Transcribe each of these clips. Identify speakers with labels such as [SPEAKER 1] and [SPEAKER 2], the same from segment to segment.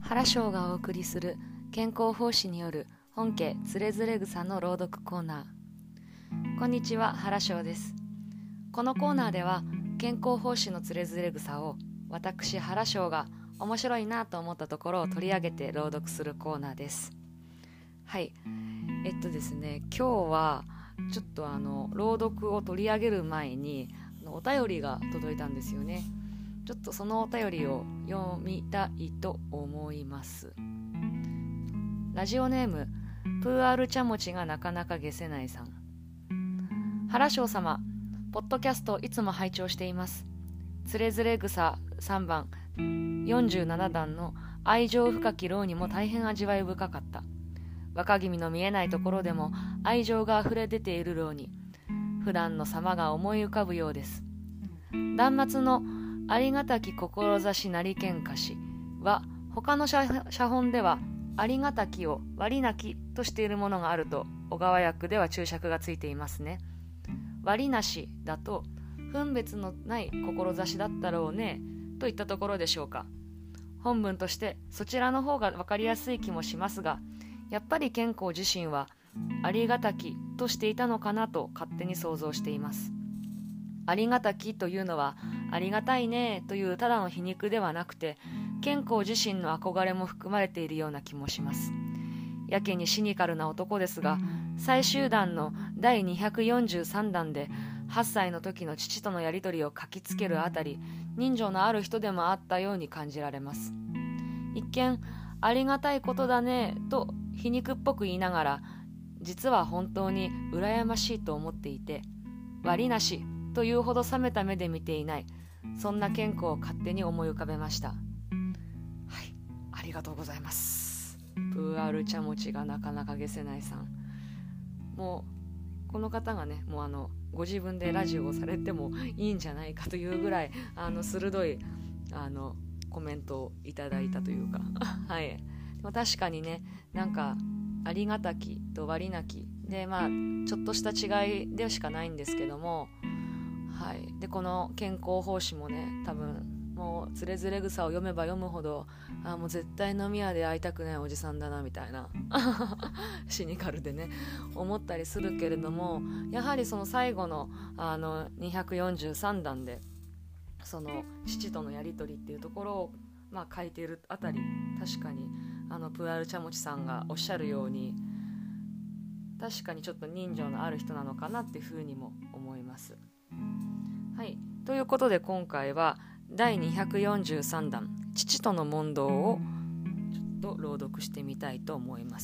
[SPEAKER 1] 原翔がお送りする健康奉仕による本家つれづれ草の朗読コーナー。こんにちは、原翔です。このコーナーでは健康奉仕のつれづれ草を私原翔が面白いなと思ったところを取り上げて朗読するコーナーです。はい、ですね、今日はちょっと朗読を取り上げる前にお便りが届いたんですよね。ちょっとそのお便りを読みたいと思います。ラジオネームプーアール茶餅がなかなか消せないさん。原翔様、ポッドキャストいつも拝聴しています。つれづれ草3番47段の愛情深き浪にも大変味わい深かった。若君の見えないところでも愛情があふれ出ている浪に普段の様が思い浮かぶようです。断末のありがたき志なりけんかしは他の写本ではありがたきを割なきとしているものがあると小川訳では注釈がついていますね。割なしだと分別のない志だったろうねといったところでしょうか。本文としてそちらの方が分かりやすい気もしますが、やっぱり健康自身はありがたきとしていたのかなと勝手に想像しています。ありがたきというのはありがたいねというただの皮肉ではなくて、健康自身の憧れも含まれているような気もします。やけにシニカルな男ですが、最終弾の第243弾で8歳の時の父とのやりとりを書きつけるあたり、人情のある人でもあったように感じられます。一見ありがたいことだねと皮肉っぽく言いながら、実は本当に羨ましいと思っていて、割なしというほど冷めた目で見ていない、そんな健康を勝手に思い浮かべました。はい、ありがとうございます。プーアール茶餅がなかなか消せないさん。もうこの方がね、もうご自分でラジオをされてもいいんじゃないかというぐらい鋭いコメントをいただいたというかはい、確かにね、なんかありがたきと割なきで、ちょっとした違いでしかないんですけども、はい、でこの健康奉仕もね、多分もうつれづれ草を読めば読むほど、もう絶対飲み屋で会いたくないおじさんだなみたいなシニカルでね思ったりするけれども、やはりその最後の243弾でその父とのやり取りっていうところを書いているあたり、確かにプーアール茶餅さんがおっしゃるように、確かにちょっと人情のある人なのかなっていうふうにも思います。はい、ということで今回は第243弾父との問答をちょっと朗読してみたいと思います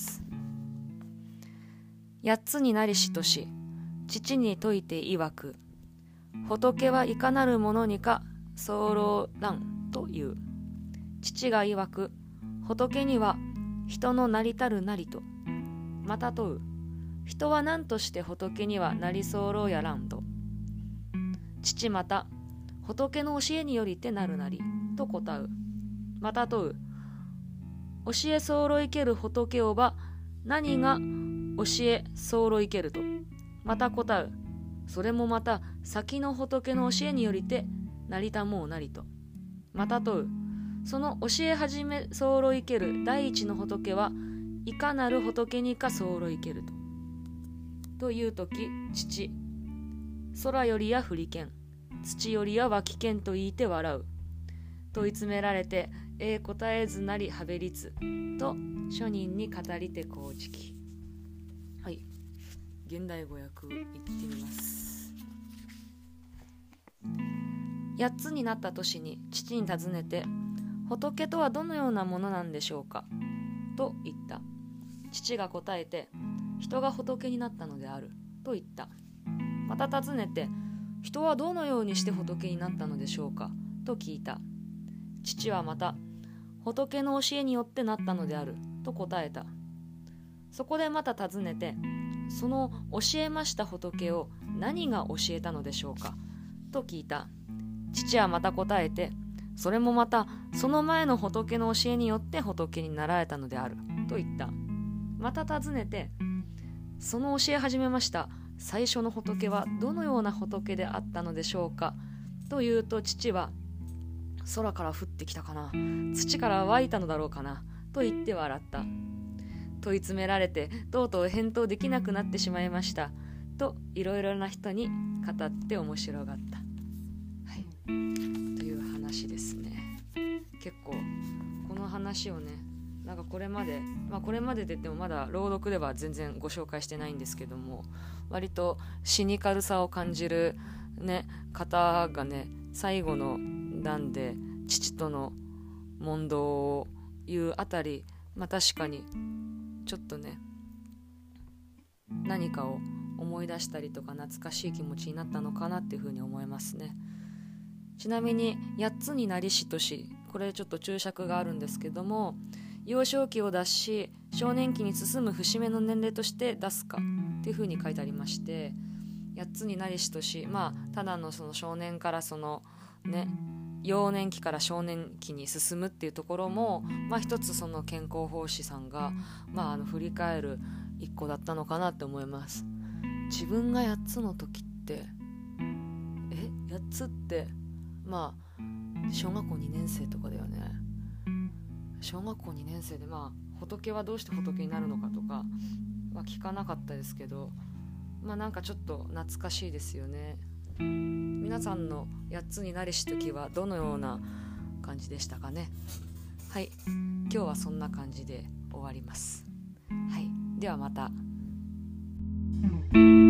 [SPEAKER 1] 。8つになりしとし、父に説いて曰く、仏はいかなるものにか候らんという。父が曰く、仏には人のなりたるなりと。また問う、人は何として仏にはなり候やらんと。父また、仏の教えによりてなるなりと答う。また問う、教え候いける仏をば何が教え候いけると。また答う、それもまた先の仏の教えによりてなりたもうなりと。また問う、その教え始め候いける第一の仏はいかなる仏にか候いけると。というとき、父、空よりや振り剣、土よりや脇剣と言いて笑う。問い詰められて、答えずなりはべりつと諸人に語りてこうじき。はい、現代語訳いってみます。8つになった年に父に尋ねて、仏とはどのようなものなんでしょうかと言った。父が答えて、人が仏になったのであると言った。また尋ねて、人はどのようにして仏になったのでしょうかと聞いた。父はまた、仏の教えによってなったのであると答えた。そこでまた尋ねて、その教えました仏を何が教えたのでしょうかと聞いた。父はまた答えて、それもまたその前の仏の教えによって仏になられたのであると言った。また尋ねて、その教え始めました最初の仏はどのような仏であったのでしょうかというと、父は、空から降ってきたかな、土から湧いたのだろうかなと言って笑った。問い詰められてとうとう返答できなくなってしまいましたといろいろな人に語って面白がった、はい、という話ですね。結構この話をね、なんかこれまでで言ってもまだ朗読では全然ご紹介してないんですけども、割とシニカルさを感じる、ね、方がね、最後の段で父との問答を言うあたり、確かにちょっとね、何かを思い出したりとか懐かしい気持ちになったのかなっていうふうに思いますね。ちなみに8つになりし年、これちょっと注釈があるんですけども、幼少期を脱し少年期に進む節目の年齢として出すかっていうふうに書いてありまして、8つになりし年、ただのその少年からそのね、幼年期から少年期に進むっていうところも、一つその健康奉仕さんが、振り返る一個だったのかなって思います。自分が8つの時って8つって小学校2年生とかだよね。小学校2年生で仏はどうして仏になるのかとかは聞かなかったですけど、なんかちょっと懐かしいですよね。皆さんの8つになりし時はどのような感じでしたかね。はい、今日はそんな感じで終わります。はい、ではまた。